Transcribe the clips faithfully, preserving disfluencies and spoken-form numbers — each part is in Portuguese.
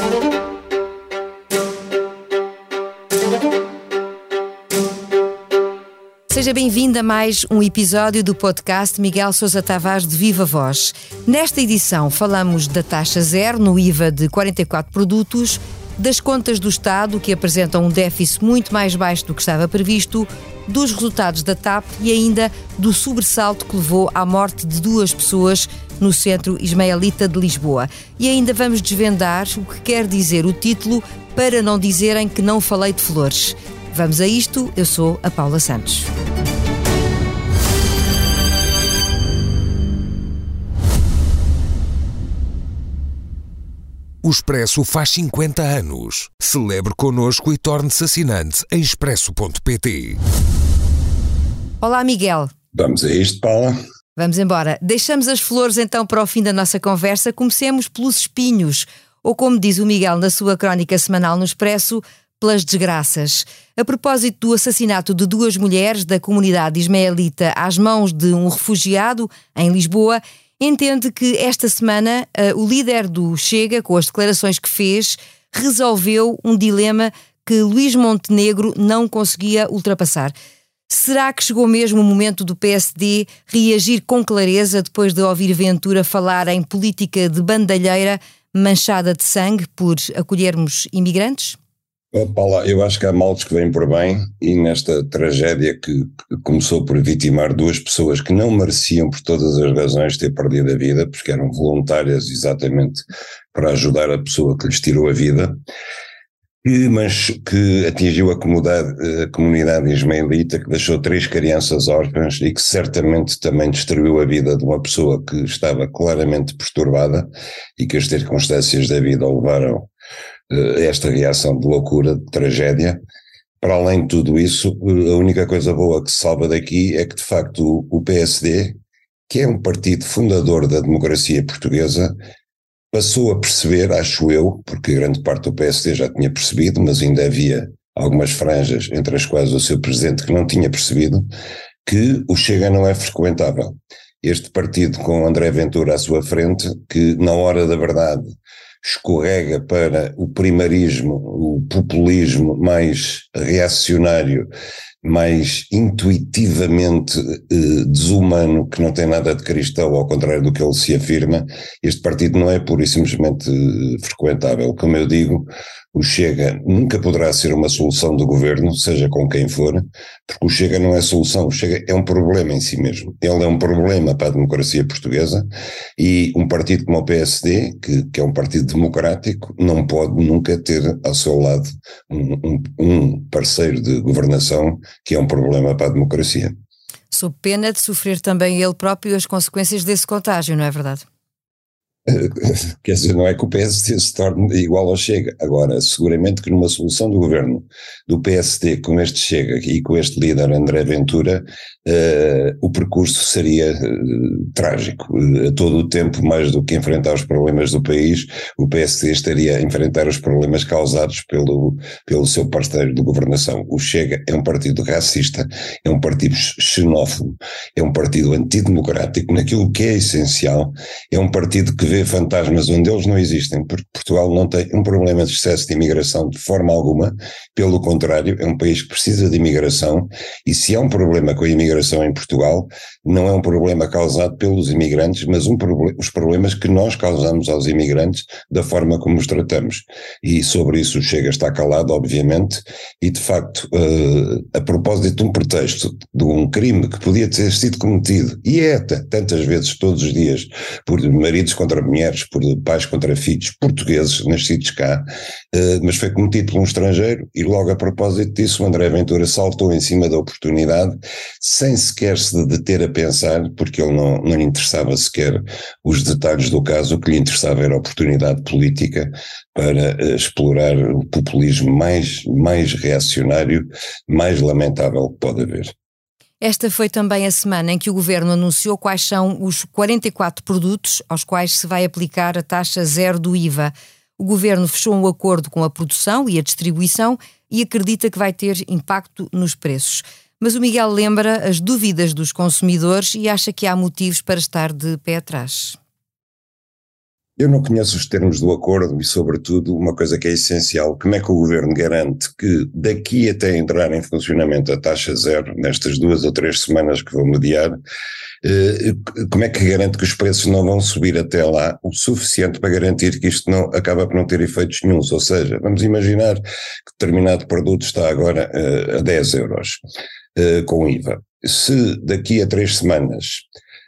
Seja bem-vindo a mais um episódio do podcast Miguel Sousa Tavares de Viva Voz. Nesta edição falamos da taxa zero no I V A de quarenta e quatro produtos, das contas do Estado que apresentam um déficit muito mais baixo do que estava previsto, dos resultados da T A P e ainda do sobressalto que levou à morte de duas pessoas no Centro Ismaelita de Lisboa. E ainda vamos desvendar o que quer dizer o título Para Não Dizerem Que Não Falei de Flores. Vamos a isto, eu sou a Paula Santos. O Expresso faz cinquenta anos. Celebre connosco e torne-se assinante em expresso ponto pt. Olá, Miguel. Vamos a isto, Paula. Vamos embora. Deixamos as flores então para o fim da nossa conversa. Comecemos pelos espinhos, ou como diz o Miguel na sua crónica semanal no Expresso, pelas desgraças. A propósito do assassinato de duas mulheres da comunidade ismaelita às mãos de um refugiado em Lisboa, entende que esta semana uh, o líder do Chega, com as declarações que fez, resolveu um dilema que Luís Montenegro não conseguia ultrapassar. Será que chegou mesmo o momento do P S D reagir com clareza depois de ouvir Ventura falar em política de bandalheira manchada de sangue por acolhermos imigrantes? Paula, eu acho que há males que vêm por bem e nesta tragédia que, que começou por vitimar duas pessoas que não mereciam por todas as razões ter perdido a vida, porque eram voluntárias exatamente para ajudar a pessoa que lhes tirou a vida, que, mas que atingiu a comunidade, a comunidade ismaelita, que deixou três crianças órfãs e que certamente também destruiu a vida de uma pessoa que estava claramente perturbada e que as circunstâncias da vida o levaram esta reação de loucura, de tragédia. Para além de tudo isso, a única coisa boa que se salva daqui é que, de facto, o P S D, que é um partido fundador da democracia portuguesa, passou a perceber, acho eu, porque grande parte do P S D já tinha percebido, mas ainda havia algumas franjas, entre as quais o seu presidente, que não tinha percebido, que o Chega não é frequentável. Este partido com André Ventura à sua frente, que na hora da verdade escorrega para o primarismo, o populismo mais reacionário, mais intuitivamente eh, desumano, que não tem nada de cristão, ao contrário do que ele se afirma. Este partido não é pura e simplesmente eh, frequentável. Como eu digo, o Chega nunca poderá ser uma solução do governo, seja com quem for, porque o Chega não é solução, o Chega é um problema em si mesmo. Ele é um problema para a democracia portuguesa e um partido como o P S D, que, que é um partido democrático, não pode nunca ter ao seu lado um, um, um parceiro de governação que é um problema para a democracia. Sob pena de sofrer também ele próprio as consequências desse contágio, não é verdade? Quer dizer, não é que o P S D se torne igual ao Chega. Agora, seguramente que numa solução do governo do P S D com este Chega e com este líder André Ventura, uh, o percurso seria uh, trágico. Uh, a todo o tempo, mais do que enfrentar os problemas do país, o P S D estaria a enfrentar os problemas causados pelo, pelo seu parceiro de governação. O Chega é um partido racista, é um partido xenófobo, é um partido antidemocrático, naquilo que é essencial, é um partido que vê fantasmas onde eles não existem, porque Portugal não tem um problema de excesso de imigração de forma alguma, pelo contrário, é um país que precisa de imigração, e se há um problema com a imigração em Portugal, não é um problema causado pelos imigrantes, mas um proble- os problemas que nós causamos aos imigrantes da forma como os tratamos, e sobre isso o Chega está calado, obviamente, e de facto, uh, a propósito de um pretexto, de um crime que podia ter sido cometido, e é t- tantas vezes todos os dias, por maridos contra mulheres, por pais contra filhos portugueses, nascidos cá, uh, mas foi cometido por um estrangeiro, e logo a propósito disso o André Ventura saltou em cima da oportunidade, sem sequer se deter a pensar, porque ele não, não lhe interessava sequer os detalhes do caso, o que lhe interessava era a oportunidade política para uh, explorar o populismo mais, mais reacionário, mais lamentável que pode haver. Esta foi também a semana em que o Governo anunciou quais são os quarenta e quatro produtos aos quais se vai aplicar a taxa zero do I V A. O Governo fechou um acordo com a produção e a distribuição e acredita que vai ter impacto nos preços. Mas o Miguel lembra as dúvidas dos consumidores e acha que há motivos para estar de pé atrás. Eu não conheço os termos do acordo e, sobretudo, uma coisa que é essencial: como é que o governo garante que daqui até entrar em funcionamento a taxa zero, nestas duas ou três semanas que vão mediar, eh, como é que garante que os preços não vão subir até lá o suficiente para garantir que isto não acaba por não ter efeitos nenhuns? Ou seja, vamos imaginar que determinado produto está agora eh, a dez euros, eh, com I V A. Se daqui a três semanas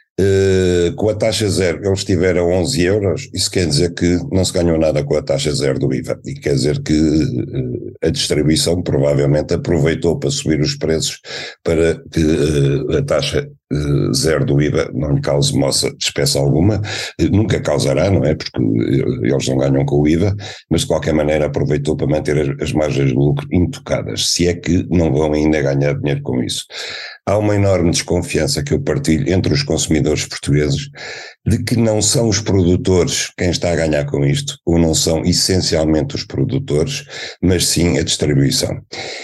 Uh, com a taxa zero ele estiver a onze euros, isso quer dizer que não se ganhou nada com a taxa zero do I V A, e quer dizer que uh, a distribuição provavelmente aproveitou para subir os preços para que uh, a taxa uh, zero do I V A não lhe cause moça de espécie alguma, uh, nunca causará, não é, porque uh, eles não ganham com o I V A, mas de qualquer maneira aproveitou para manter as, as margens de lucro intocadas, se é que não vão ainda ganhar dinheiro com isso. Há uma enorme desconfiança que eu partilho entre os consumidores portugueses de que não são os produtores quem está a ganhar com isto, ou não são essencialmente os produtores, mas sim a distribuição.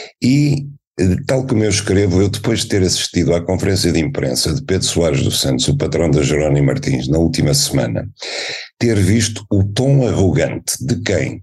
E, tal como eu escrevo, eu depois de ter assistido à conferência de imprensa de Pedro Soares dos Santos, o patrão da Jerónimo Martins, na última semana, ter visto o tom arrogante de quem,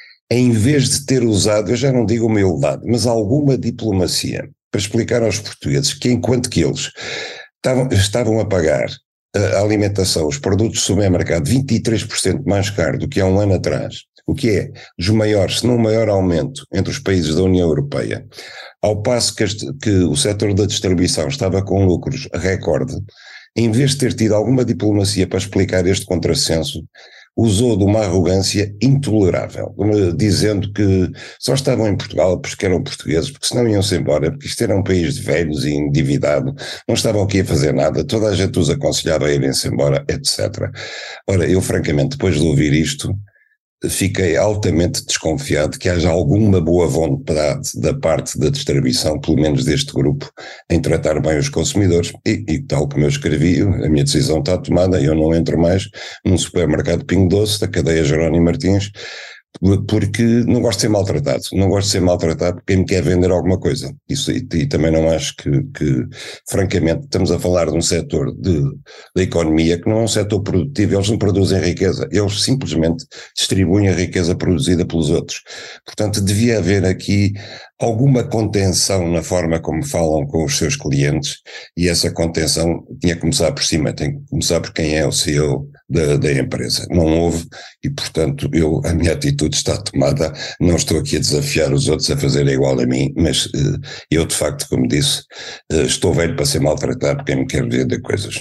em vez de ter usado, eu já não digo humildade, mas alguma diplomacia, para explicar aos portugueses que enquanto que eles estavam, estavam a pagar a alimentação, os produtos do supermercado vinte e três por cento mais caro do que há um ano atrás, o que é dos maiores, se não o maior aumento entre os países da União Europeia, ao passo que, este, que o setor da distribuição estava com lucros recorde, em vez de ter tido alguma diplomacia para explicar este contrassenso, usou de uma arrogância intolerável, dizendo que só estavam em Portugal porque eram portugueses, porque senão iam-se embora, porque isto era um país de velhos e endividado, não estavam aqui a fazer nada, toda a gente os aconselhava a irem-se embora, etcétera. Ora, eu francamente, depois de ouvir isto, fiquei altamente desconfiado que haja alguma boa vontade da parte da distribuição, pelo menos deste grupo, em tratar bem os consumidores. E, e tal como eu escrevi, a minha decisão está tomada, eu não entro mais num supermercado Pingo Doce da cadeia Jerónimo Martins, porque não gosto de ser maltratado, não gosto de ser maltratado porque quem me quer vender alguma coisa. Isso, e, e também não acho que, que, francamente, estamos a falar de um setor de, da economia que não é um setor produtivo, eles não produzem riqueza, eles simplesmente distribuem a riqueza produzida pelos outros. Portanto, devia haver aqui alguma contenção na forma como falam com os seus clientes, e essa contenção tinha que começar por cima, tem que começar por quem é o C E O da, da empresa. Não houve, e portanto eu, a minha atitude está tomada, não estou aqui a desafiar os outros a fazerem igual a mim, mas uh, eu de facto, como disse, uh, estou velho para ser maltratado por quem me quer vender coisas.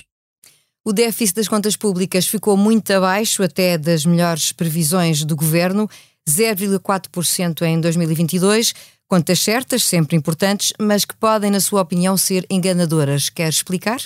O déficit das contas públicas ficou muito abaixo até das melhores previsões do governo, zero vírgula quatro por cento em dois mil e vinte e dois, contas certas, sempre importantes, mas que podem, na sua opinião, ser enganadoras. Quer explicar?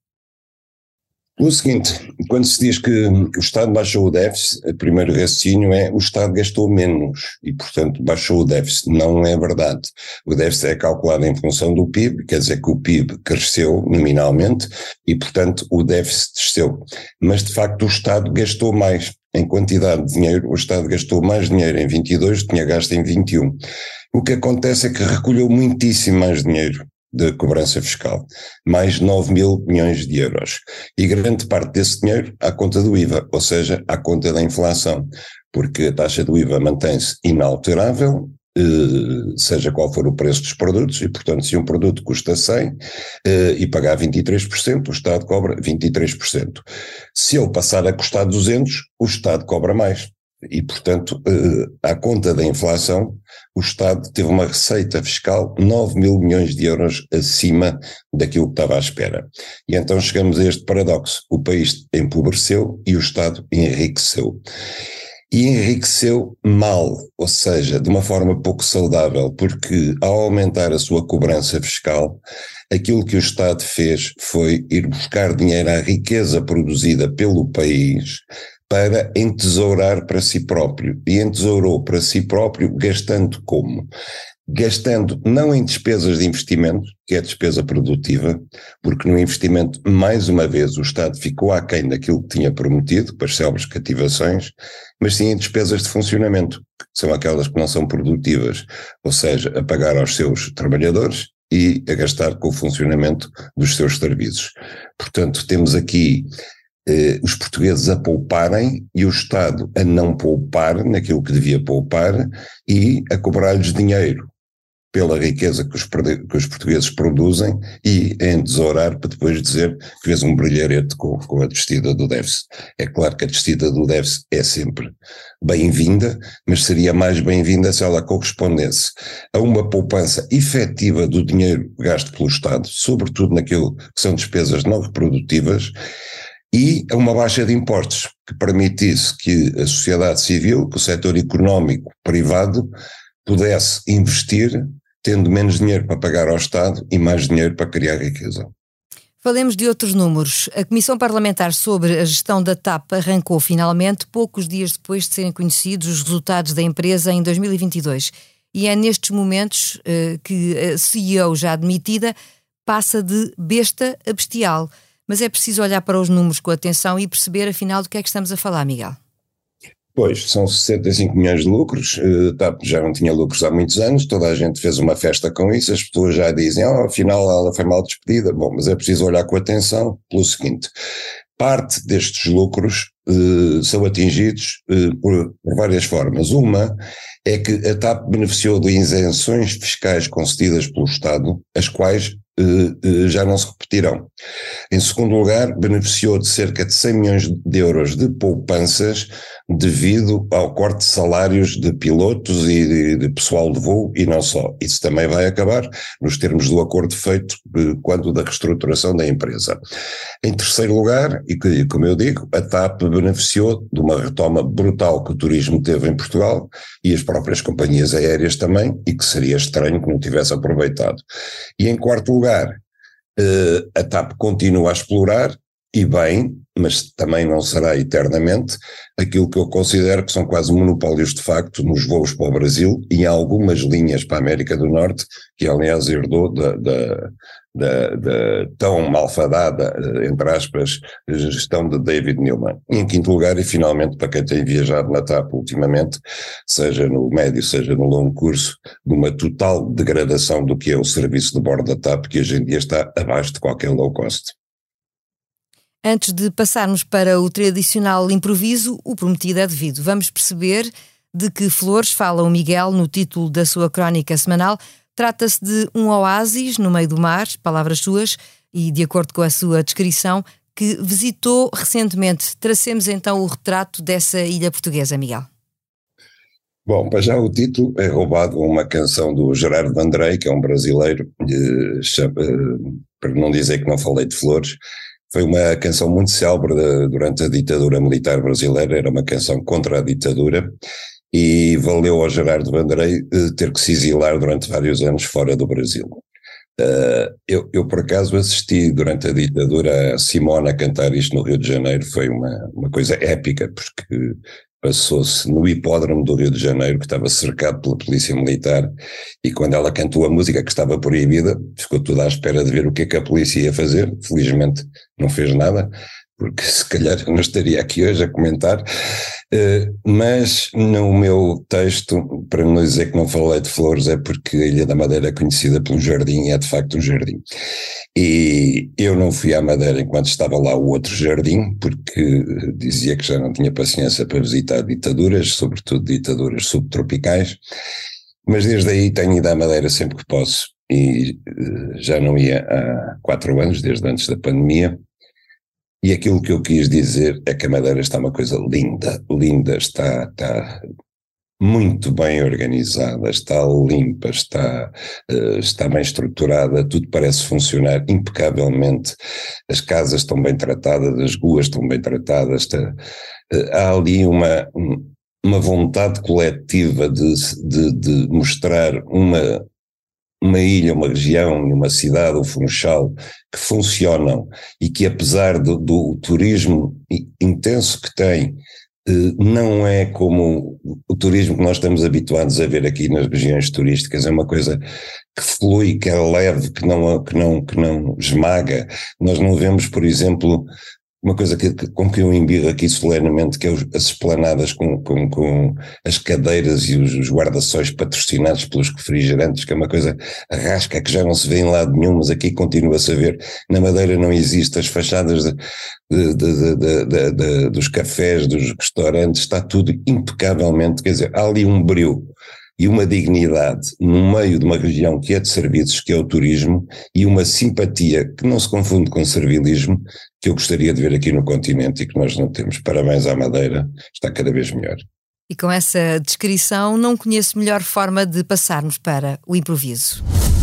O seguinte, quando se diz que o Estado baixou o déficit, o primeiro raciocínio é o Estado gastou menos e, portanto, baixou o déficit. Não é verdade. O déficit é calculado em função do P I B, quer dizer que o P I B cresceu nominalmente e, portanto, o déficit desceu. Mas, de facto, o Estado gastou mais. Em quantidade de dinheiro, o Estado gastou mais dinheiro em vinte e dois do que tinha gasto em vinte e um. O que acontece é que recolheu muitíssimo mais dinheiro de cobrança fiscal, mais nove mil milhões de euros. E grande parte desse dinheiro à conta do I V A, ou seja, à conta da inflação, porque a taxa do I V A mantém-se inalterável, seja qual for o preço dos produtos, e portanto se um produto custa cem e pagar vinte e três por cento, o Estado cobra vinte e três por cento. Se ele passar a custar duzentos, o Estado cobra mais. E, portanto, à conta da inflação, o Estado teve uma receita fiscal nove mil milhões de euros acima daquilo que estava à espera. E então chegamos a este paradoxo. O país empobreceu e o Estado enriqueceu. E enriqueceu mal, ou seja, de uma forma pouco saudável, porque ao aumentar a sua cobrança fiscal, aquilo que o Estado fez foi ir buscar dinheiro à riqueza produzida pelo país para entesourar para si próprio. E entesourou para si próprio gastando como? Gastando não em despesas de investimento, que é despesa produtiva, porque no investimento, mais uma vez, o Estado ficou aquém daquilo que tinha prometido, para as célebres cativações, mas sim em despesas de funcionamento, que são aquelas que não são produtivas, ou seja, a pagar aos seus trabalhadores e a gastar com o funcionamento dos seus serviços. Portanto, temos aqui eh, os portugueses a pouparem e o Estado a não poupar naquilo que devia poupar e a cobrar-lhes dinheiro pela riqueza que os, que os portugueses produzem e a entesourar para depois dizer que fez um brilharete com, com a descida do déficit. É claro que a descida do déficit é sempre bem-vinda, mas seria mais bem-vinda se ela correspondesse a uma poupança efetiva do dinheiro gasto pelo Estado, sobretudo naquilo que são despesas não reprodutivas, e a uma baixa de impostos que permitisse que a sociedade civil, que o setor económico privado pudesse investir tendo menos dinheiro para pagar ao Estado e mais dinheiro para criar riqueza. Falemos de outros números. A Comissão Parlamentar sobre a Gestão da T A P arrancou finalmente, poucos dias depois de serem conhecidos os resultados da empresa em dois mil e vinte e dois. E é nestes momentos uh, que a C E O já admitida passa de besta a bestial. Mas é preciso olhar para os números com atenção e perceber afinal do que é que estamos a falar, Miguel. Pois, são sessenta e cinco milhões de lucros, a T A P já não tinha lucros há muitos anos, toda a gente fez uma festa com isso, as pessoas já dizem, oh, afinal ela foi mal despedida. Bom, mas é preciso olhar com atenção pelo seguinte, parte destes lucros uh, são atingidos uh, por, por várias formas. Uma é que a T A P beneficiou de isenções fiscais concedidas pelo Estado, as quais Uh, uh, já não se repetirão. Em segundo lugar, beneficiou de cerca de cem milhões de euros de poupanças devido ao corte de salários de pilotos e de, de pessoal de voo e não só. Isso também vai acabar nos termos do acordo feito uh, quando da reestruturação da empresa. Em terceiro lugar, e que, como eu digo, a T A P beneficiou de uma retoma brutal que o turismo teve em Portugal e as próprias companhias aéreas também, e que seria estranho que não tivesse aproveitado. E em quarto lugar, Uh, a T A P continua a explorar, e bem, mas também não será eternamente, aquilo que eu considero que são quase monopólios de facto nos voos para o Brasil e em algumas linhas para a América do Norte, que aliás herdou da, da, da, da tão malfadada, entre aspas, gestão de David Neeleman. E em quinto lugar, e finalmente para quem tem viajado na T A P ultimamente, seja no médio, seja no longo curso, de uma total degradação do que é o serviço de bordo da T A P, que hoje em dia está abaixo de qualquer low cost. Antes de passarmos para o tradicional improviso, o prometido é devido. Vamos perceber de que flores fala o Miguel no título da sua crónica semanal. Trata-se de um oásis no meio do mar, palavras suas, e de acordo com a sua descrição, que visitou recentemente. Tracemos então o retrato dessa ilha portuguesa, Miguel. Bom, para já o título é roubado a uma canção do Gerardo Vandrei, que é um brasileiro, eh, chama, eh, para não dizer que não falei de flores. Foi uma canção muito célebre de, durante a ditadura militar brasileira, era uma canção contra a ditadura e valeu ao Gerardo Vandrei eh, ter que se exilar durante vários anos fora do Brasil. Uh, eu, eu por acaso assisti durante a ditadura a Simone a cantar isto no Rio de Janeiro, foi uma, uma coisa épica, porque passou-se no hipódromo do Rio de Janeiro, que estava cercado pela polícia militar, e quando ela cantou a música que estava proibida, ficou tudo à espera de ver o que é que a polícia ia fazer. Felizmente não fez nada, porque se calhar eu não estaria aqui hoje a comentar, uh, mas no meu texto, para não dizer que não falei de flores, é porque a Ilha da Madeira é conhecida por um jardim, e é de facto um jardim. E eu não fui à Madeira enquanto estava lá o outro jardim, porque dizia que já não tinha paciência para visitar ditaduras, sobretudo ditaduras subtropicais, mas desde aí tenho ido à Madeira sempre que posso, e uh, já não ia há quatro anos, desde antes da pandemia. E aquilo que eu quis dizer é que a Madeira está uma coisa linda, linda, está, está muito bem organizada, está limpa, está, uh, está bem estruturada, tudo parece funcionar impecavelmente, as casas estão bem tratadas, as ruas estão bem tratadas, está, uh, há ali uma, uma vontade coletiva de, de, de mostrar uma uma ilha, uma região, uma cidade, o Funchal, que funcionam e que apesar do, do turismo intenso que tem, não é como o turismo que nós estamos habituados a ver aqui nas regiões turísticas, é uma coisa que flui, que é leve, que não, que não, que não esmaga. Nós não vemos, por exemplo, uma coisa que, que, com que eu embirro aqui solenemente, que é os, as esplanadas com, com, com as cadeiras e os, os guarda-sóis patrocinados pelos refrigerantes, que é uma coisa rasca que já não se vê em lado nenhum, mas aqui continua-se a ver. Na Madeira não existe, as fachadas de, de, de, de, de, de, dos cafés, dos restaurantes, está tudo impecavelmente, quer dizer, há ali um brilho e uma dignidade no meio de uma região que é de serviços, que é o turismo, e uma simpatia que não se confunde com servilismo, que eu gostaria de ver aqui no continente e que nós não temos. Parabéns à Madeira, está cada vez melhor. E com essa descrição não conheço melhor forma de passarmos para o improviso.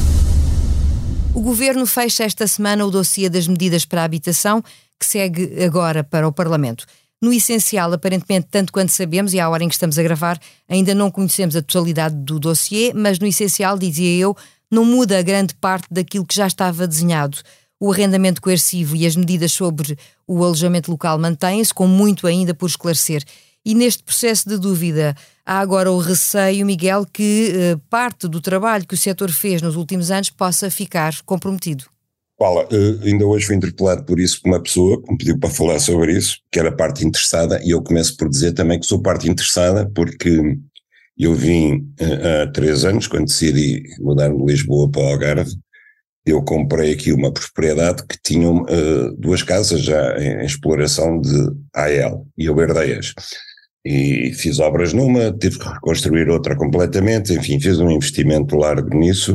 O Governo fecha esta semana o dossiê das medidas para a habitação, que segue agora para o Parlamento. No essencial, aparentemente, tanto quanto sabemos, e à hora em que estamos a gravar, ainda não conhecemos a totalidade do dossiê, mas no essencial, dizia eu, não muda grande parte daquilo que já estava desenhado. O arrendamento coercivo e as medidas sobre o alojamento local mantêm-se, com muito ainda por esclarecer. E neste processo de dúvida, há agora o receio, Miguel, que eh, parte do trabalho que o setor fez nos últimos anos possa ficar comprometido. Paula, ainda hoje fui interpelado por isso por uma pessoa que me pediu para falar sobre isso, que era parte interessada, e eu começo por dizer também que sou parte interessada, porque eu vim há três anos, quando decidi mudar-me de Lisboa para o Algarve, eu comprei aqui uma propriedade que tinha uh, duas casas já em, em exploração de A L, e eu herdei-as. E fiz obras numa, tive que reconstruir outra completamente, enfim, fiz um investimento largo nisso.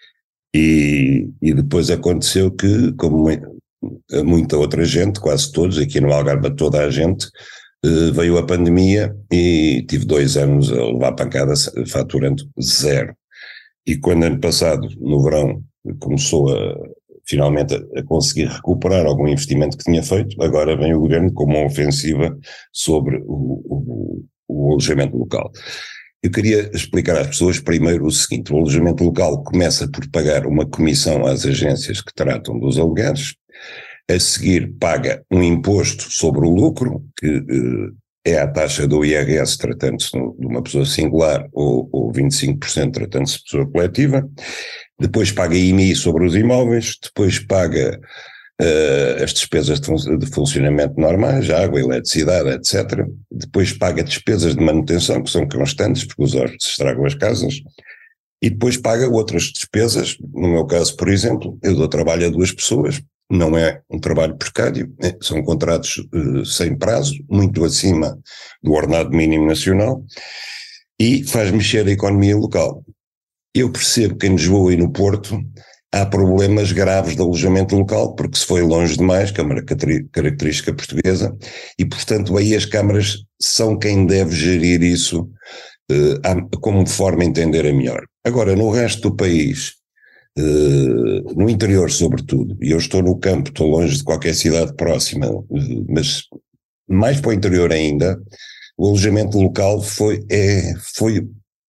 E, e depois aconteceu que, como muita outra gente, quase todos, aqui no Algarve toda a gente, veio a pandemia e tive dois anos a levar pancada faturando zero. E quando ano passado, no verão, começou a, finalmente a, a conseguir recuperar algum investimento que tinha feito, agora vem o governo com uma ofensiva sobre o, o, o alojamento local. Eu queria explicar às pessoas primeiro o seguinte: o alojamento local começa por pagar uma comissão às agências que tratam dos alugueres, a seguir paga um imposto sobre o lucro, que eh, é a taxa do I R S tratando-se de uma pessoa singular, ou, ou vinte e cinco por cento tratando-se de pessoa coletiva, depois paga I M I sobre os imóveis, depois paga Uh, as despesas de, fun- de funcionamento normais, água, eletricidade, etcétera. Depois paga despesas de manutenção, que são constantes, porque os hóspedes estragam as casas, e depois paga outras despesas. No meu caso, por exemplo, eu dou trabalho a duas pessoas, não é um trabalho precário, é, são contratos uh, sem prazo, muito acima do ordenado mínimo nacional, e faz mexer a economia local. Eu percebo que em Lisboa e no Porto há problemas graves de alojamento local, porque se foi longe demais, que é uma característica portuguesa, e portanto aí as câmaras são quem deve gerir isso eh, como forma de entender a melhor. Agora, no resto do país, eh, no interior sobretudo, e eu estou no campo, estou longe de qualquer cidade próxima, eh, mas mais para o interior ainda, o alojamento local foi, é, foi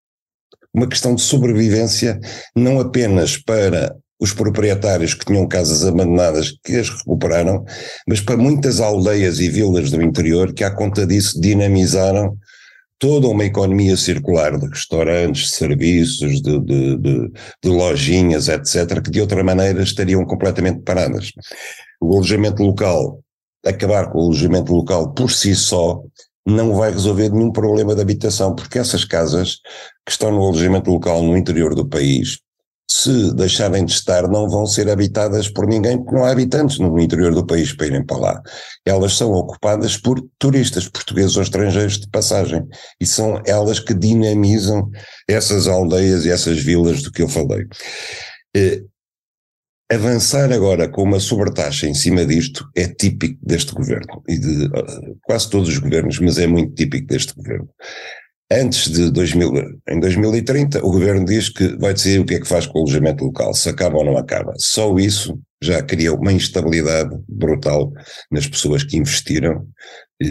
uma questão de sobrevivência, não apenas para os proprietários que tinham casas abandonadas que as recuperaram, mas para muitas aldeias e vilas do interior que, à conta disso, dinamizaram toda uma economia circular de restaurantes, de serviços, de, de, de, de lojinhas, etcétera, que de outra maneira estariam completamente paradas. O alojamento local, acabar com o alojamento local por si só, não vai resolver nenhum problema de habitação, porque essas casas que estão no alojamento local no interior do país, se deixarem de estar, não vão ser habitadas por ninguém, porque não há habitantes no interior do país para irem para lá. Elas são ocupadas por turistas, portugueses ou estrangeiros de passagem, e são elas que dinamizam essas aldeias e essas vilas do que eu falei. Eh, avançar agora com uma sobretaxa em cima disto é típico deste governo, e de uh, quase todos os governos, mas é muito típico deste governo. Antes de dois mil, em dois mil e trinta, o governo diz que vai decidir o que é que faz com o alojamento local, se acaba ou não acaba. Só isso já cria uma instabilidade brutal nas pessoas que investiram e,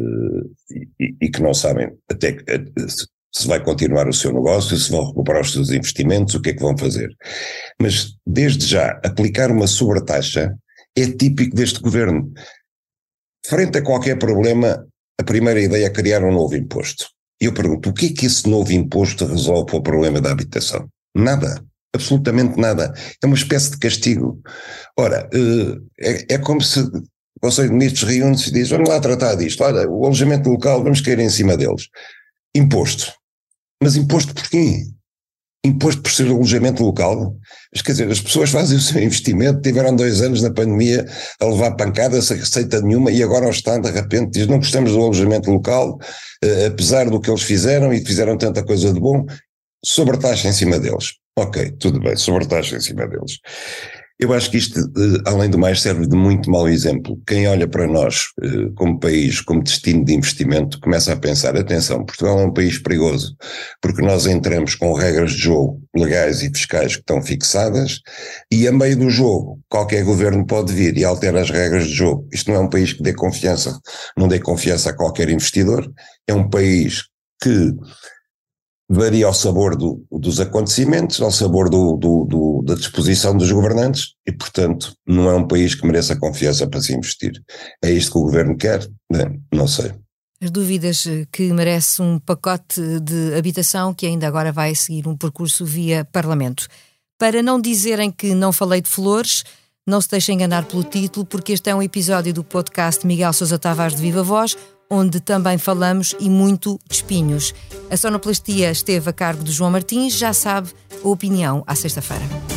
e, e que não sabem até que, se vai continuar o seu negócio, se vão recuperar os seus investimentos, o que é que vão fazer. Mas, desde já, aplicar uma sobretaxa é típico deste governo. Frente a qualquer problema, a primeira ideia é criar um novo imposto. E eu pergunto, o que é que esse novo imposto resolve para o problema da habitação? Nada, absolutamente nada. É uma espécie de castigo. Ora, é, é como se o Conselho de Ministros reúne-se e diz, vamos lá tratar disto, olha, o alojamento local, vamos cair em cima deles. Imposto. Mas imposto porquê? Imposto por ser alojamento local? Mas, quer dizer, as pessoas fazem o seu investimento, tiveram dois anos na pandemia a levar pancada sem receita nenhuma e agora o Estado de repente diz, não gostamos do alojamento local, eh, apesar do que eles fizeram e fizeram tanta coisa de bom, sobretaxa em cima deles. Ok, tudo bem, sobretaxa em cima deles. Eu acho que isto, além do mais, serve de muito mau exemplo. Quem olha para nós como país, como destino de investimento, começa a pensar, atenção, Portugal é um país perigoso, porque nós entramos com regras de jogo legais e fiscais que estão fixadas e a meio do jogo qualquer governo pode vir e altera as regras de jogo. Isto não é um país que dê confiança, não dê confiança a qualquer investidor, é um país que varia ao sabor do, dos acontecimentos, ao sabor do, do, do, da disposição dos governantes e, portanto, não é um país que mereça confiança para se investir. É isto que o governo quer? Não, não sei. As dúvidas que merece um pacote de habitação que ainda agora vai seguir um percurso via Parlamento. Para não dizerem que não falei de flores, não se deixem enganar pelo título, porque este é um episódio do podcast Miguel Sousa Tavares de Viva Voz, onde também falamos e muito de espinhos. A sonoplastia esteve a cargo de João Martins, já sabe, a opinião à sexta-feira.